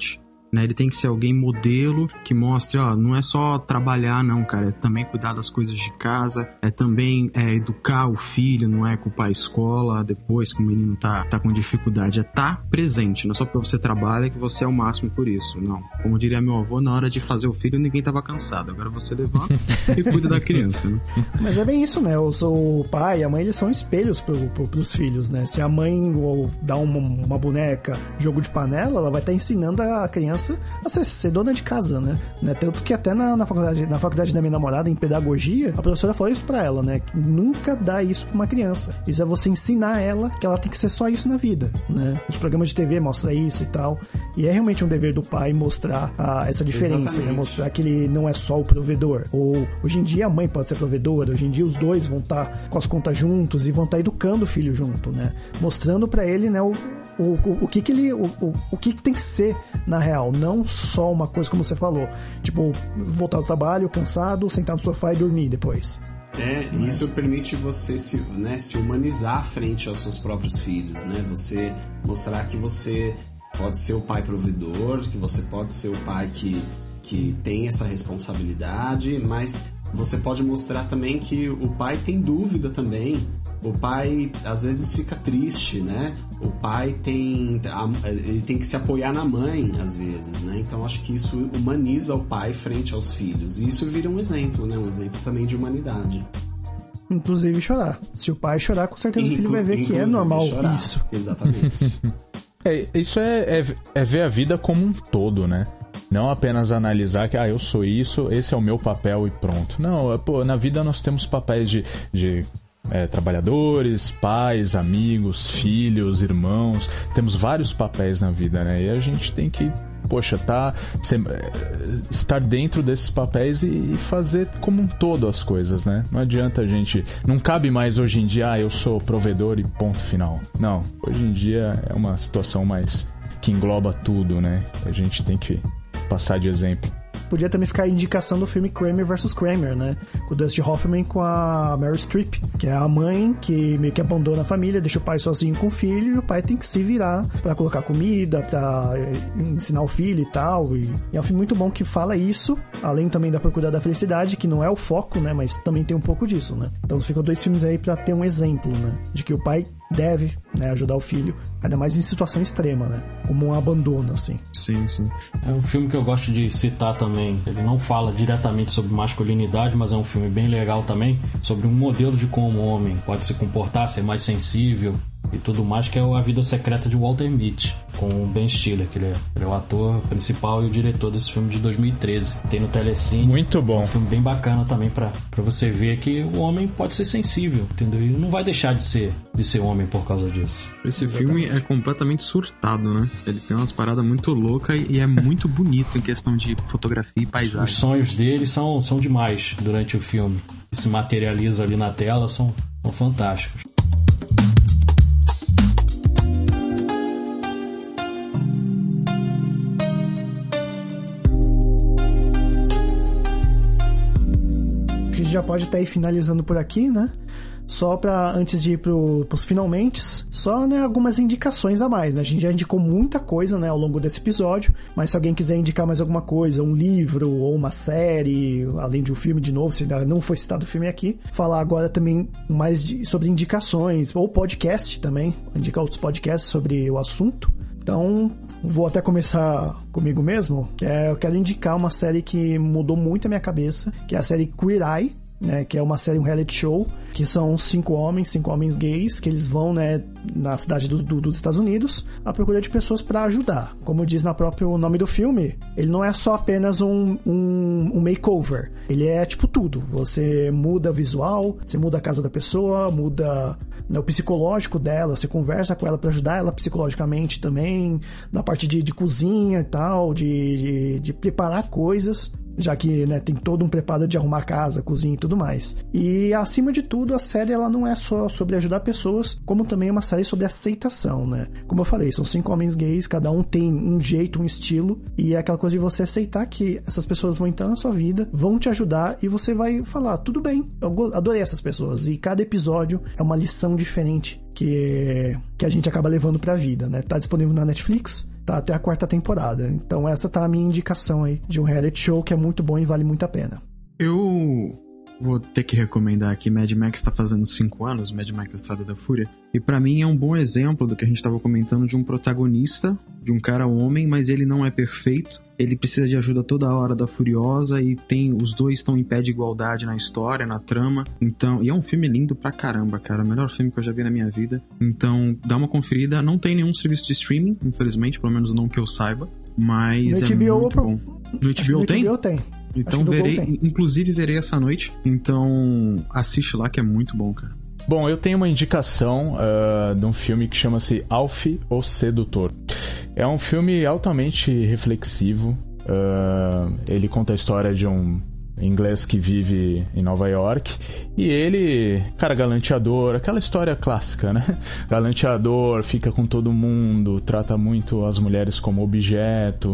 né? Ele tem que ser alguém modelo, que mostre, ó, não é só trabalhar não, cara, é também cuidar das coisas de casa, é também educar o filho, não é culpar a escola depois que o menino tá com dificuldade, é tá presente, não é só porque você trabalha que você é o máximo por isso, não. Como diria meu avô, na hora de fazer o filho ninguém tava cansado, agora você levanta e cuida da criança, né? Mas é bem isso, né? O pai e a mãe, eles são espelhos pros filhos, né? Se a mãe dá uma boneca, jogo de panela, ela vai estar ensinando a criança a ser dona de casa, né? Tanto que até na faculdade da minha namorada, em pedagogia, a professora falou isso pra ela, né? Que nunca dá isso pra uma criança. Isso é você ensinar ela que ela tem que ser só isso na vida, né? Os programas de TV mostram isso e tal. E é realmente um dever do pai mostrar essa diferença, né? Mostrar que ele não é só o provedor. Ou hoje em dia a mãe pode ser provedora, hoje em dia os dois vão estar com as contas juntos e vão estar educando o filho junto, né? Mostrando pra ele, né, o que tem que ser na real, não só uma coisa como você falou, tipo, voltar ao trabalho cansado, sentar no sofá e dormir depois. Isso permite você se humanizar frente aos seus próprios filhos, né? Você mostrar que você pode ser o pai provedor, que você pode ser o pai que tem essa responsabilidade, mas você pode mostrar também que o pai tem dúvida também. O pai às vezes fica triste, né? O pai ele tem que se apoiar na mãe às vezes, né? Então acho que isso humaniza o pai frente aos filhos. E isso vira um exemplo, né? Um exemplo também de humanidade. Inclusive chorar. Se o pai chorar, com certeza o filho vai ver que é normal chorar. Isso. Exatamente. Isso é ver a vida como um todo, né? Não apenas analisar que, eu sou isso, esse é o meu papel e pronto. Não, na vida nós temos papéis de trabalhadores, pais, amigos, filhos, irmãos. Temos vários papéis na vida, né? E a gente tem que, estar dentro desses papéis e fazer como um todo as coisas, né? Não adianta não cabe mais hoje em dia, eu sou provedor e ponto final. Não, hoje em dia é uma situação mais que engloba tudo, né? A gente tem que passar de exemplo. Podia também ficar a indicação do filme Kramer vs. Kramer, né? Com o Dustin Hoffman com a Meryl Streep, que é a mãe que meio que abandona a família, deixa o pai sozinho com o filho, e o pai tem que se virar pra colocar comida, pra ensinar o filho e tal. E é um filme muito bom que fala isso, além também da Procura da Felicidade, que não é o foco, né? Mas também tem um pouco disso, né? Então ficam 2 filmes aí pra ter um exemplo, né? De que o pai deve, né, ajudar o filho, ainda mais em situação extrema, né? Como um abandono, assim. Sim, sim. É um filme que eu gosto de citar também. Ele não fala diretamente sobre masculinidade, mas é um filme bem legal também, sobre um modelo de como o homem pode se comportar, ser mais sensível e tudo mais, que é A Vida Secreta de Walter Mitty, com o Ben Stiller, que ele é o ator principal e o diretor desse filme de 2013. Tem no Telecine. Muito bom. É um filme bem bacana também pra você ver que o homem pode ser sensível, entendeu? E não vai deixar de ser homem por causa disso. Esse filme é completamente surtado, né? Ele tem umas paradas muito loucas e é muito bonito em questão de fotografia e paisagem. Os sonhos dele são demais durante o filme. Que se materializam ali na tela, são fantásticos. A gente já pode estar aí finalizando por aqui, né? Só pra, antes de ir pros finalmente, só, né, algumas indicações a mais, né? A gente já indicou muita coisa, né, ao longo desse episódio, mas se alguém quiser indicar mais alguma coisa, um livro ou uma série, além de um filme de novo, se ainda não foi citado o filme aqui, falar agora também mais sobre indicações, ou podcast também, indicar outros podcasts sobre o assunto. Então, vou até começar comigo mesmo, que eu quero indicar uma série que mudou muito a minha cabeça, que é a série Queer Eye, né, que é uma série, um reality show, que são 5 homens gays, que eles vão, né, na cidade dos Estados Unidos à procura de pessoas para ajudar. Como diz no próprio nome do filme, ele não é só apenas um makeover, ele é tipo tudo. Você muda visual, você muda a casa da pessoa, muda, né, o psicológico dela, você conversa com ela para ajudar ela psicologicamente também, na parte de cozinha e tal, de preparar coisas, já que, né, tem todo um preparo de arrumar casa, cozinha e tudo mais. E, acima de tudo, a série ela não é só sobre ajudar pessoas, como também é uma série sobre aceitação, né? Como eu falei, são 5 homens gays, cada um tem um jeito, um estilo, e é aquela coisa de você aceitar que essas pessoas vão entrar na sua vida, vão te ajudar, e você vai falar, tudo bem, eu adorei essas pessoas. E cada episódio é uma lição diferente que a gente acaba levando pra vida, né? Tá disponível na Netflix, tá até a 4ª temporada. Então essa tá a minha indicação aí de um reality show que é muito bom e vale muito a pena. Eu vou ter que recomendar aqui, Mad Max tá fazendo 5 anos, Mad Max Estrada da Fúria, e pra mim é um bom exemplo do que a gente tava comentando de um protagonista, de um cara homem, mas ele não é perfeito, ele precisa de ajuda toda hora da Furiosa e os dois estão em pé de igualdade na história, na trama, então, e é um filme lindo pra caramba, cara, o melhor filme que eu já vi na minha vida, então dá uma conferida, não tem nenhum serviço de streaming, infelizmente, pelo menos não que eu saiba, mas no é HBO, muito bom. No HBO tem? No HBO tem. Então inclusive verei essa noite. Então assiste lá que é muito bom, cara. Bom, eu tenho uma indicação de um filme que chama-se Alf, o Sedutor. É um filme altamente reflexivo. Ele conta a história de um inglês que vive em Nova York e ele, cara, galanteador, aquela história clássica, né? Galanteador, fica com todo mundo, trata muito as mulheres como objeto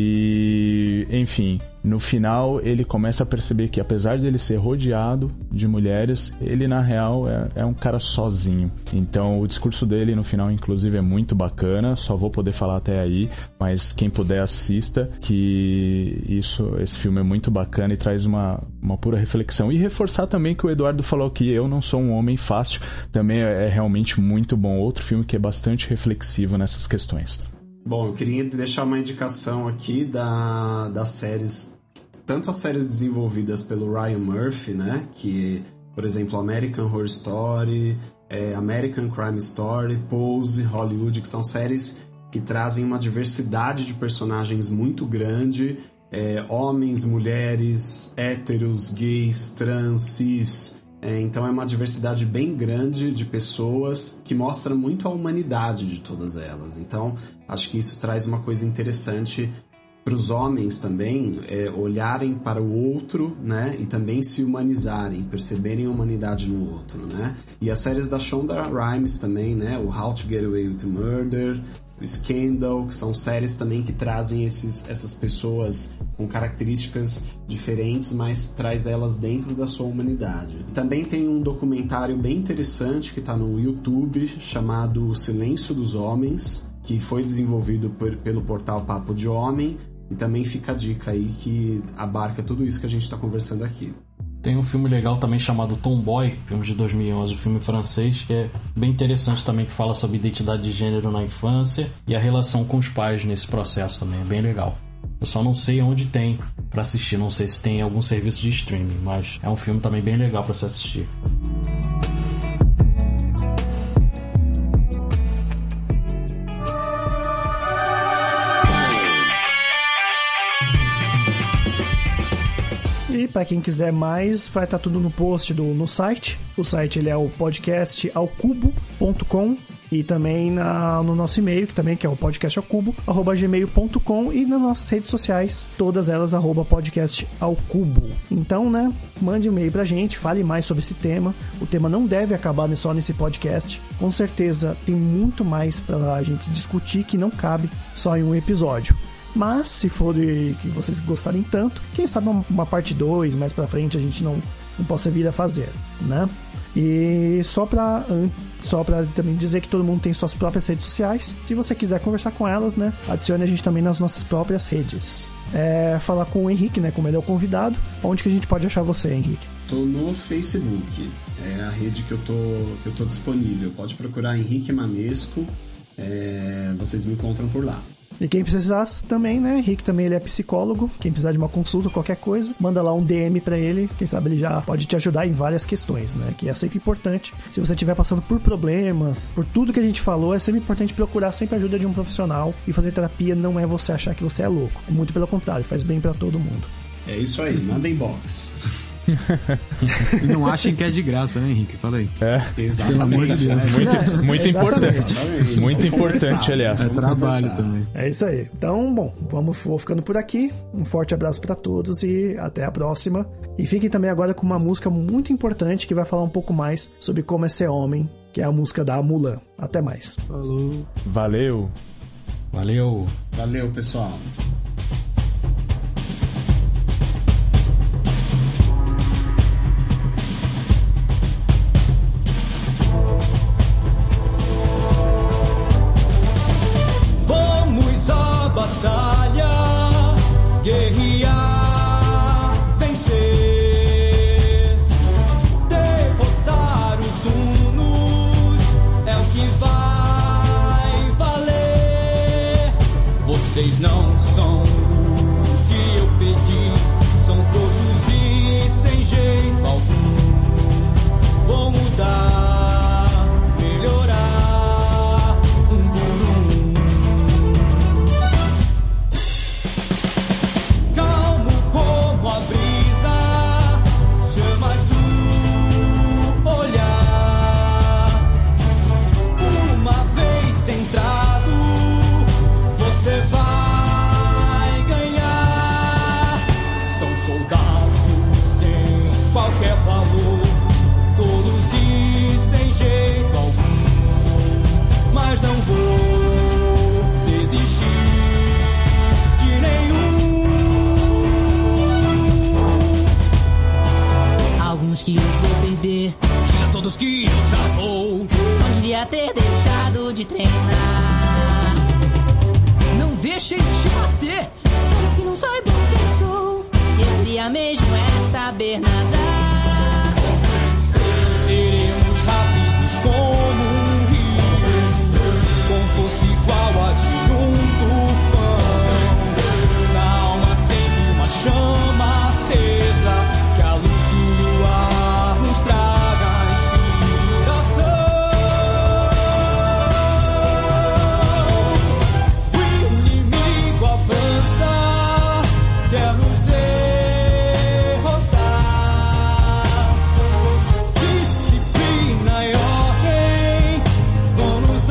e, enfim, no final ele começa a perceber que apesar de ele ser rodeado de mulheres, ele na real é um cara sozinho. Então o discurso dele no final inclusive é muito bacana, só vou poder falar até aí, mas quem puder assista, que esse filme é muito bacana e traz uma pura reflexão. E reforçar também que o Eduardo falou que Eu Não Sou um Homem Fácil, também é realmente muito bom, outro filme que é bastante reflexivo nessas questões. Bom, eu queria deixar uma indicação aqui das séries, tanto as séries desenvolvidas pelo Ryan Murphy, né, que, por exemplo, American Horror Story, American Crime Story, Pose, Hollywood, que são séries que trazem uma diversidade de personagens muito grande, homens, mulheres, héteros, gays, trans, cis. Então é uma diversidade bem grande de pessoas que mostra muito a humanidade de todas elas. Então acho que isso traz uma coisa interessante para os homens também, olharem para o outro, né, e também se humanizarem, perceberem a humanidade no outro, né. E as séries da Shonda Rhimes também, né, o How to Get Away with Murder, o Scandal, que são séries também que trazem essas pessoas com características diferentes, mas traz elas dentro da sua humanidade. Também tem um documentário bem interessante que está no YouTube, chamado O Silêncio dos Homens, que foi desenvolvido pelo portal Papo de Homem, e também fica a dica aí que abarca tudo isso que a gente está conversando aqui. Tem um filme legal também chamado Tomboy, filme de 2011, um filme francês, que é bem interessante também, que fala sobre identidade de gênero na infância e a relação com os pais nesse processo também, é bem legal. Eu só não sei onde tem pra assistir, não sei se tem em algum serviço de streaming, mas é um filme também bem legal pra se assistir. E para quem quiser mais, vai estar tudo no post no site. O site ele é o podcastalcubo.com e também no nosso e-mail, que é o podcastalcubo@gmail.com, e nas nossas redes sociais, todas elas @podcastalcubo. Então, né, mande um e-mail pra gente, fale mais sobre esse tema. O tema não deve acabar só nesse podcast. Com certeza tem muito mais pra gente discutir que não cabe só em um episódio. Mas, se for que vocês gostarem tanto, quem sabe uma parte 2, mais pra frente, a gente não possa vir a fazer, né? E só pra também dizer que todo mundo tem suas próprias redes sociais. Se você quiser conversar com elas, né, adicione a gente também nas nossas próprias redes. Falar com o Henrique, né, como ele é o convidado. Onde que a gente pode achar você, Henrique? Tô no Facebook, é a rede que eu tô disponível. Pode procurar Henrique Manesco, vocês me encontram por lá. E quem precisar também, né? Henrique também, ele é psicólogo. Quem precisar de uma consulta, qualquer coisa, manda lá um DM pra ele. Quem sabe ele já pode te ajudar em várias questões, né? Que é sempre importante. Se você estiver passando por problemas, por tudo que a gente falou, é sempre importante procurar sempre a ajuda de um profissional. E fazer terapia não é você achar que você é louco. É muito pelo contrário, faz bem pra todo mundo. É isso aí, manda inbox. E não achem que é de graça, né, Henrique? Fala aí. Exatamente. Pelo amor de Deus. Muito importante. Muito importante, aliás. É trabalho também. É isso aí. Então, bom, vou ficando por aqui. Um forte abraço pra todos e até a próxima. E fiquem também agora com uma música muito importante que vai falar um pouco mais sobre como é ser homem, que é a música da Mulan. Até mais. Falou. Valeu. Valeu. Valeu, pessoal. Vamos Vocês não são o que eu pedi, são frouxos e sem jeito algum. Vou mudar, melhorar, um por um. Calmo como a brisa, chamas do olhar. Uma vez centrado, você vai ganhar. São soldados sem qualquer valor, todos e sem jeito algum, mas não vou desistir de nenhum. Alguns que hoje vou perder, Diga a todos que eu já vou. não devia ter deixado de treinar. Não deixem de bater. Espero que não saibam quem sou. Eu queria mesmo é saber nadar. Seremos rápidos como um rio, com força igual a de um tufão. Na alma sempre uma chama acesa, que a luz do luar nos traga inspiração. O inimigo avança, quer nos derrotar. Disciplina e ordem vão nos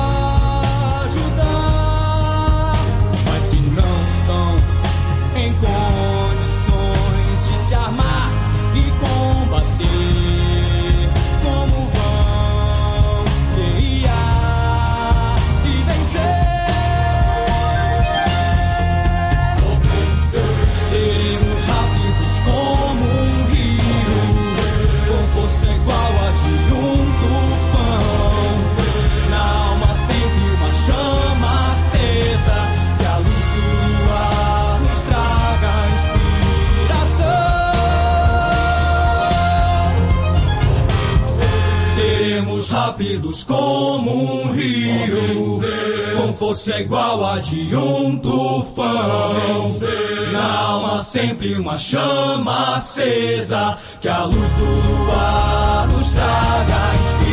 ajudar. Mas se não estão em condições de se armar e combater, como vão guerrear e vencer? Seremos rápidos como um rio, com força igual a de um tufão. Na alma sempre uma chama acesa, que a luz do luar nos traga inspiração. Seremos rápidos como um rio, com força igual a de um tufão. Na alma sempre uma chama acesa, que a luz do luar nos traga inspiração.